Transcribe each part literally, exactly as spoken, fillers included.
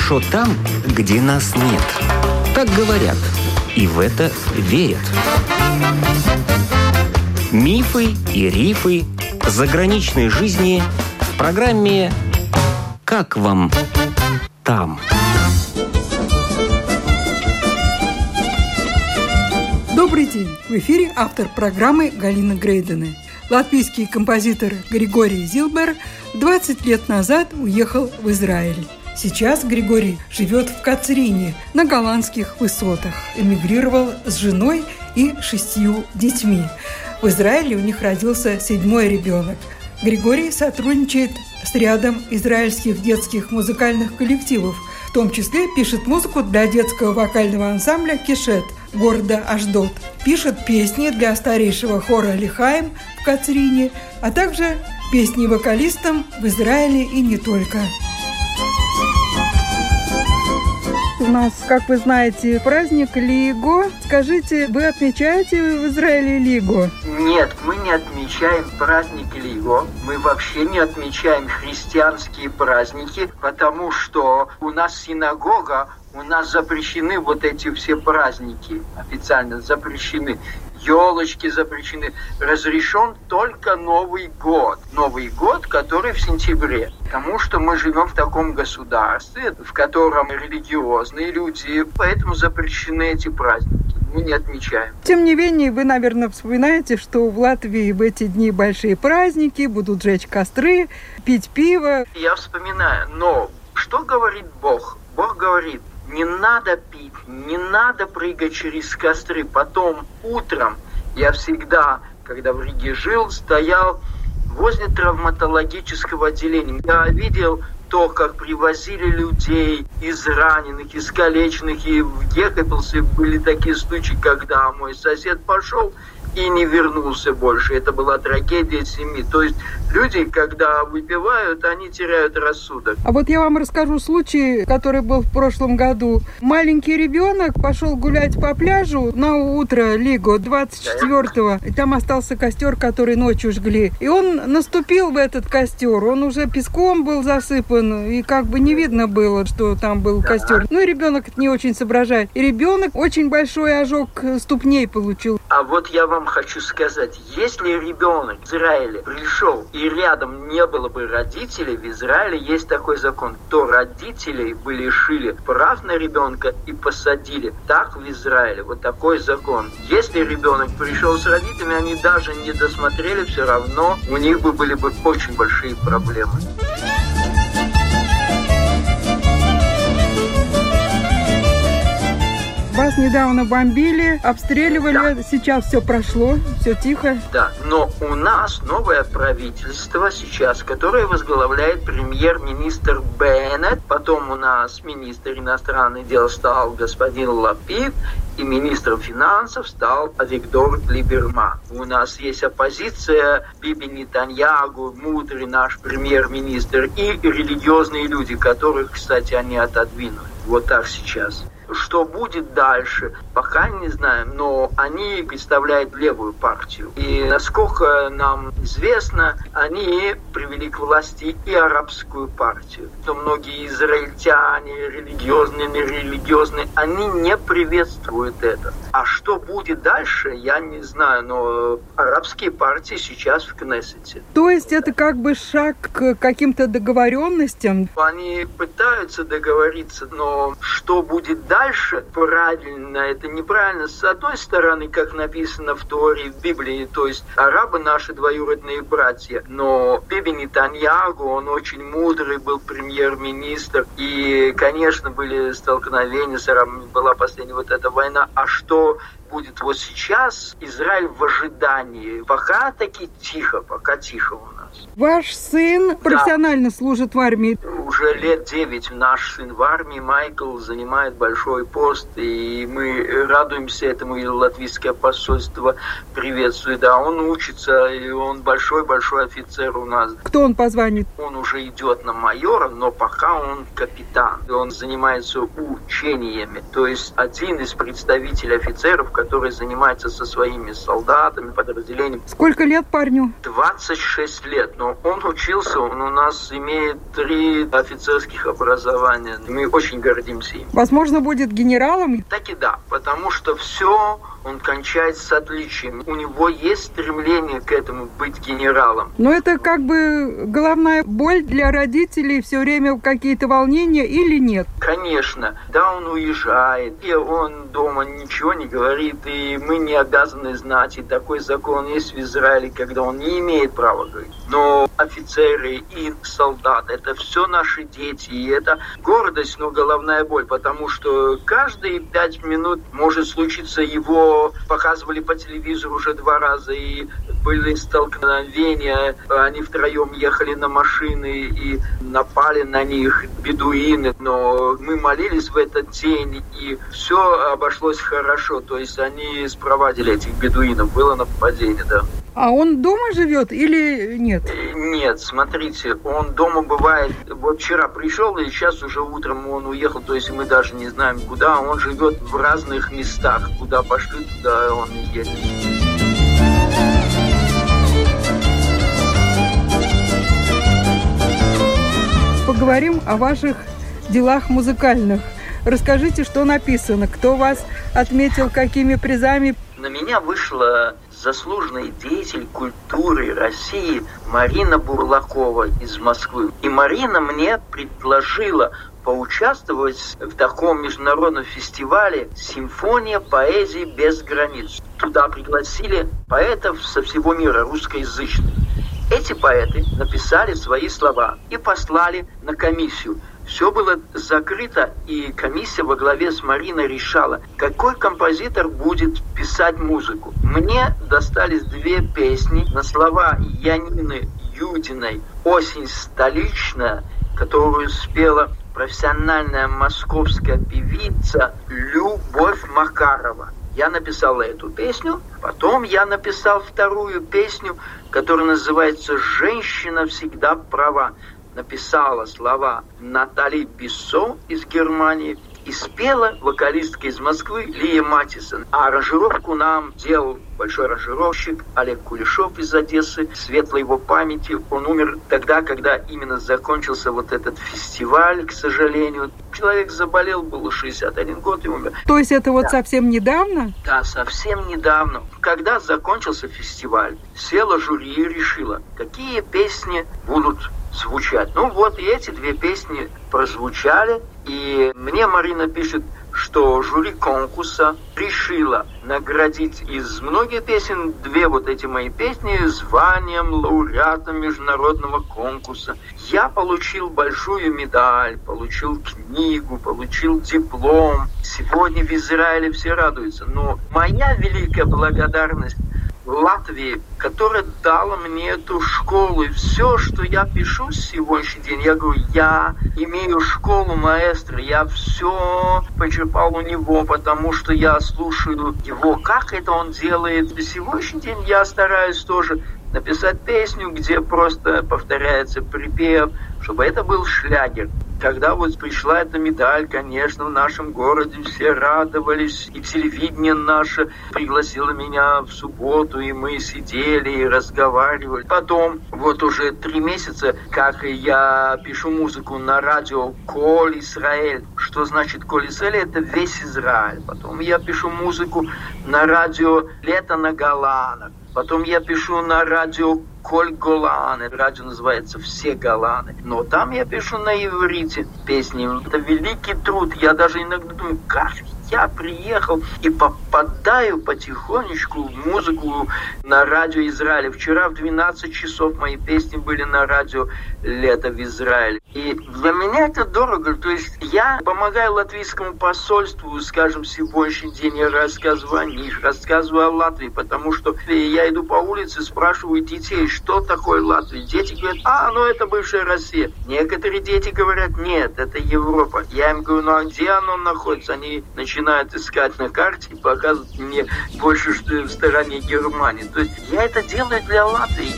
хорошо там, где нас нет. Так говорят, и в это верят. Мифы и рифы заграничной жизни в программе «Как вам там?». Добрый день! В эфире автор программы Галина Грейдена. Латвийский композитор Григорий Зилбер двадцать лет назад уехал в Израиль. Сейчас Григорий живет в Кацрине, на голландских высотах. Эмигрировал с женой и шестью детьми. В Израиле у них родился седьмой ребенок. Григорий сотрудничает с рядом израильских детских музыкальных коллективов, в том числе пишет музыку для детского вокального ансамбля «Кешет» города Ашдод. Пишет песни для старейшего хора Лихаим в Кацрине, а также песни вокалистам в Израиле и не только. У нас, как вы знаете, праздник Лиго. Скажите, вы отмечаете в Израиле Лиго? Нет, мы не отмечаем праздник Лиго. Мы вообще не отмечаем христианские праздники, потому что у нас синагога, у нас запрещены вот эти все праздники. Официально запрещены. Елочки запрещены. Разрешен только Новый год. Новый год, который в сентябре. Потому что мы живем в таком государстве, в котором религиозные люди, поэтому запрещены эти праздники. Мы не отмечаем. Тем не менее, вы, наверное, вспоминаете, что в Латвии в эти дни большие праздники, будут жечь костры, пить пиво. Я вспоминаю, но что говорит Бог? Бог говорит: не надо пить, не надо прыгать через костры. Потом утром я всегда, когда в Риге жил, стоял возле травматологического отделения. Я видел то, как привозили людей израненных, искалеченных. И в Гекапелсе были такие случаи, когда мой сосед пошел и не вернулся больше. Это была трагедия семьи. То есть люди, когда выпивают, они теряют рассудок. А вот я вам расскажу случай, который был в прошлом году. Маленький ребенок пошел гулять по пляжу на утро Лиго двадцать четвёртого. И там остался костер, который ночью жгли. И он наступил в этот костер. Он уже песком был засыпан. И как бы не видно было, что там был да. костер. Ну и ребенок не очень соображает. И ребенок очень большой ожог ступней получил. А вот я вам хочу сказать, если ребенок в Израиле пришел и рядом не было бы родителей, в Израиле есть такой закон, то родителей бы лишили прав на ребенка и посадили. Так в Израиле, вот такой закон. Если ребенок пришел с родителями, они даже не досмотрели, все равно у них бы были бы очень большие проблемы. Вас недавно бомбили, обстреливали, да. Сейчас все прошло, все тихо. Да, но у нас новое правительство сейчас, которое возглавляет премьер-министр Беннет. Потом у нас министр иностранных дел стал господин Лапид, и министром финансов стал Авигдор Либерман. У нас есть оппозиция, Биби Нетаньягу, мудрый наш премьер-министр, и религиозные люди, которых, кстати, они отодвинули. Вот так сейчас. Что будет дальше, пока не знаем, но они представляют левую партию. И насколько нам известно, они привели к власти и арабскую партию. То многие израильтяне, религиозные, нерелигиозные, они не приветствуют это. А что будет дальше, я не знаю, но арабские партии сейчас в Кнессете. То есть это как бы шаг к каким-то договоренностям? Они пытаются договориться, но что будет дальше? Дальше правильно, это неправильно. С одной стороны, как написано в Торе, в Библии, то есть арабы наши двоюродные братья, но Биби Нетаньягу, он очень мудрый был премьер-министр, и, конечно, были столкновения с арабами, была последняя вот эта война. А что будет вот сейчас? Израиль в ожидании. Пока таки тихо, пока тихо у нас. Ваш сын профессионально да. служит в армии? Уже лет девять наш сын в армии, Майкл, занимает большой пост, и мы радуемся этому, и латвийское посольство приветствует. Да, он учится, и он большой-большой офицер у нас. Кто он по званию? Он уже идет на майора, но пока он капитан. Он занимается учениями. То есть один из представителей офицеров, который занимается со своими солдатами, подразделениями. Сколько лет парню? двадцать шесть лет. Нет, но он учился, он у нас имеет три офицерских образования. Мы очень гордимся им. Возможно, будет генералом? Так и да, потому что все он кончает с отличием. У него есть стремление к этому, быть генералом. Но это как бы головная боль для родителей, все время какие-то волнения или нет? Конечно. Да, он уезжает, и он дома ничего не говорит, и мы не обязаны знать, и такой закон есть в Израиле, когда он не имеет права говорить. Но офицеры и солдаты, это все наши дети, и это гордость, но головная боль, потому что каждые пять минут может случиться его. Показывали по телевизору уже два раза, и были столкновения. Они втроем ехали на машины и напали на них бедуины. Но мы молились в этот день, и все обошлось хорошо. То есть они спровадили этих бедуинов. Было нападение, да. А он дома живет или нет? Нет, смотрите, он дома бывает. Вот вчера пришел, и сейчас уже утром он уехал. То есть мы даже не знаем, куда. Он живет в разных местах. Куда пошли, туда он и едет. Поговорим о ваших делах музыкальных. Расскажите, что написано, кто вас отметил, какими призами. На меня вышла заслуженный деятель культуры России Марина Бурлакова из Москвы. И Марина мне предложила поучаствовать в таком международном фестивале «Симфония поэзии без границ». Туда пригласили поэтов со всего мира, русскоязычных. Эти поэты написали свои слова и послали на комиссию. Все было закрыто, и комиссия во главе с Мариной решала, какой композитор будет писать музыку. Мне достались две песни на слова Янины Юдиной «Осень столичная», которую спела профессиональная московская певица Любовь Макарова. Я написал эту песню, потом я написал вторую песню, которая называется «Женщина всегда права». Написала слова Натали Биссо из Германии и спела вокалистка из Москвы Лия Матисон. А аранжировку нам делал большой аранжировщик Олег Кулешов из Одессы. Светлой его памяти. Он умер тогда, когда именно закончился вот этот фестиваль, к сожалению. Человек заболел, было шестьдесят один год и умер. То есть это вот да. совсем недавно? Да, совсем недавно. Когда закончился фестиваль, села жюри и решила, какие песни будут звучать. Ну вот и эти две песни прозвучали. И мне Марина пишет, что жюри конкурса решила наградить из многих песен две вот эти мои песни званием лауреата международного конкурса. Я получил большую медаль, получил книгу, получил диплом. Сегодня в Израиле все радуются. Но моя великая благодарность Латвии, которая дала мне эту школу. И все, что я пишу сегодняшний день, я говорю, я имею школу маэстро, я все почерпал у него, потому что я слушаю его, как это он делает. И сегодняшний день я стараюсь тоже написать песню, где просто повторяется припев, чтобы это был шлягер. Когда вот пришла эта медаль, конечно, в нашем городе все радовались, и телевидение наше пригласило меня в субботу, и мы сидели и разговаривали. Потом, вот уже три месяца, как я пишу музыку на радио «Коль Исраэль». Что значит «Коль Исраэль»? Это весь Израиль. Потом я пишу музыку на радио «Лето на Голанах». Потом я пишу на радио «Коль Голан». Это радио называется «Все Голаны». Но там я пишу на иврите песни. Это великий труд. Я даже иногда думаю, как я приехал и попадаю потихонечку в музыку на радио Израиля. Вчера в двенадцать часов мои песни были на радио «Лето в Израиле». И для меня это дорого. То есть я помогаю латвийскому посольству, скажем, сегодняшний день я рассказываю о них, рассказываю о Латвии, потому что я иду по улице, спрашиваю детей, что такое Латвия. Дети говорят, а, ну это бывшая Россия. Некоторые дети говорят, нет, это Европа. Я им говорю, ну а где оно находится? Они начинают искать на карте и показывают мне больше, что в стороне Германии. То есть я это делаю для Латвии.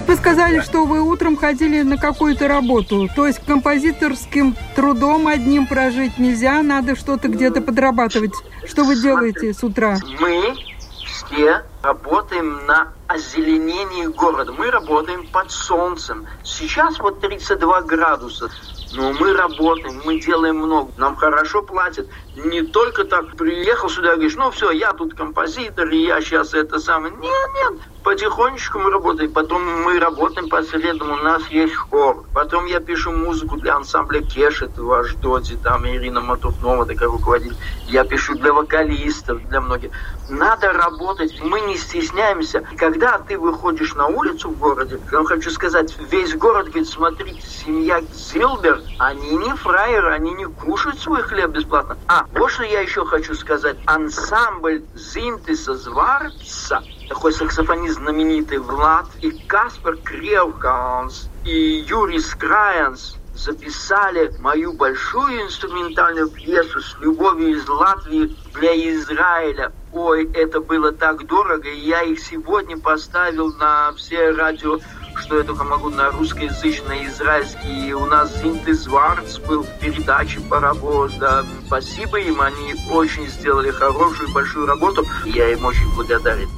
Вот вы сказали, что вы утром ходили на какую-то работу. То есть композиторским трудом одним прожить нельзя, надо что-то где-то подрабатывать. Что вы делаете с утра? Мы все работаем на озеленении города. Мы работаем под солнцем. Сейчас вот тридцать два градуса. Но мы работаем, мы делаем много. Нам хорошо платят. Не только так приехал сюда и говоришь, ну все, я тут композитор, и я сейчас это самое. Нет, нет, потихонечку мы работаем. Потом мы работаем по средам, у нас есть хор. Потом я пишу музыку для ансамбля Кешет в Аждоте, там Ирина Матухнова такая руководитель. Я пишу для вокалистов, для многих. Надо работать, мы не стесняемся. Когда ты выходишь на улицу в городе, я вам хочу сказать, весь город говорит, смотрите, семья Зилбер, они не фраеры, они не кушают свой хлеб бесплатно. А, вот что я еще хочу сказать. Ансамбль Зинтиса Зварца, такой саксофонист знаменитый Влад, и Каспер Кревкаунс, и Юрий Скраянс записали мою большую инструментальную пьесу с любовью из Латвии для Израиля. Ой, это было так дорого, и я их сегодня поставил на все радио, что я только могу, на русскоязычный, израильский. И у нас Зинтис Варц был в передаче «Паровоз». Да. Спасибо им, они очень сделали хорошую, большую работу. Я им очень благодарен.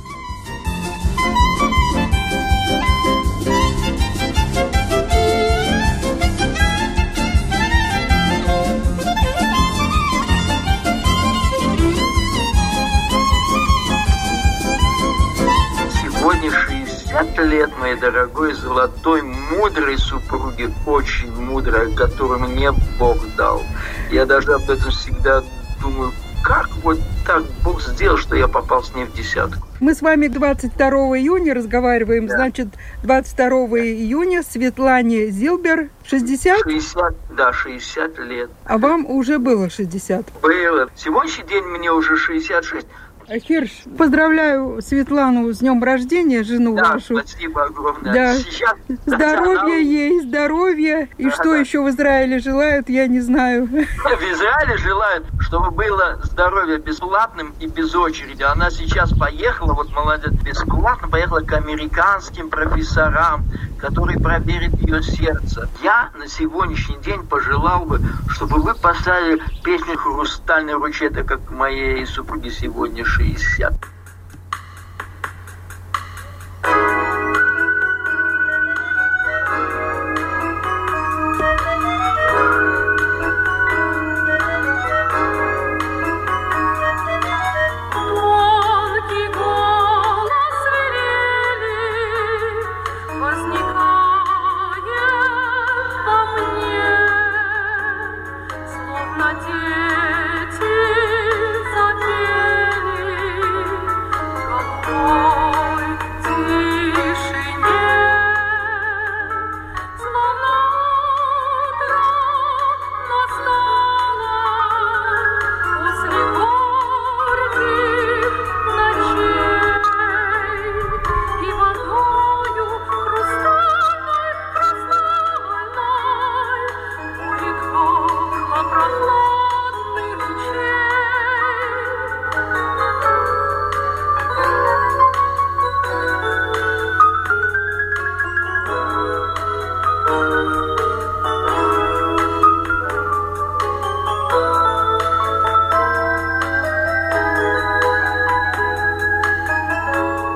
Сегодня шестьдесят лет моей дорогой, золотой, мудрой супруге, очень мудрой, которую мне Бог дал. Я даже об этом всегда думаю, как вот так Бог сделал, что я попал с ней в десятку. Мы с вами двадцать второго июня разговариваем, да. Значит, двадцать второго да. июня Светлане Зилбер шестьдесят? шестьдесят, да, шестьдесят лет. А вам уже было шестьдесят? Было. Сегодняшний день мне уже шестьдесят шесть. Хирш, поздравляю Светлану с днем рождения, жену да, вашу. Спасибо огромное. Да. Сейчас... Здоровья ей, здоровья. И да, что да. еще в Израиле желают, я не знаю. В Израиле желают, чтобы было здоровье бесплатным и без очереди. Она сейчас поехала, вот молодец, бесплатно поехала к американским профессорам, которые проверят ее сердце. Я на сегодняшний день пожелал бы, чтобы вы поставили песню «Хрустальный ручей», это как моей супруге сегодня шестьдесят.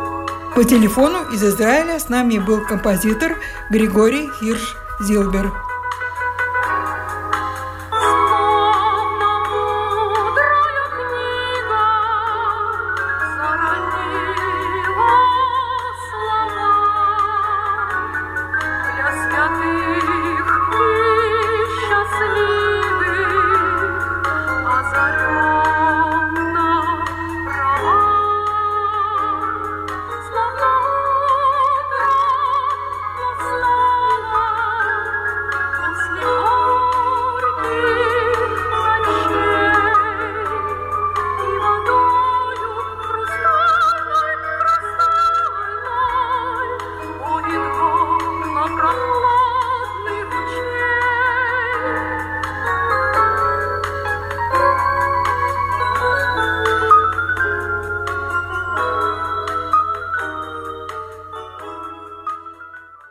По телефону из Израиля с нами был композитор Григорий Хирш Зилбер.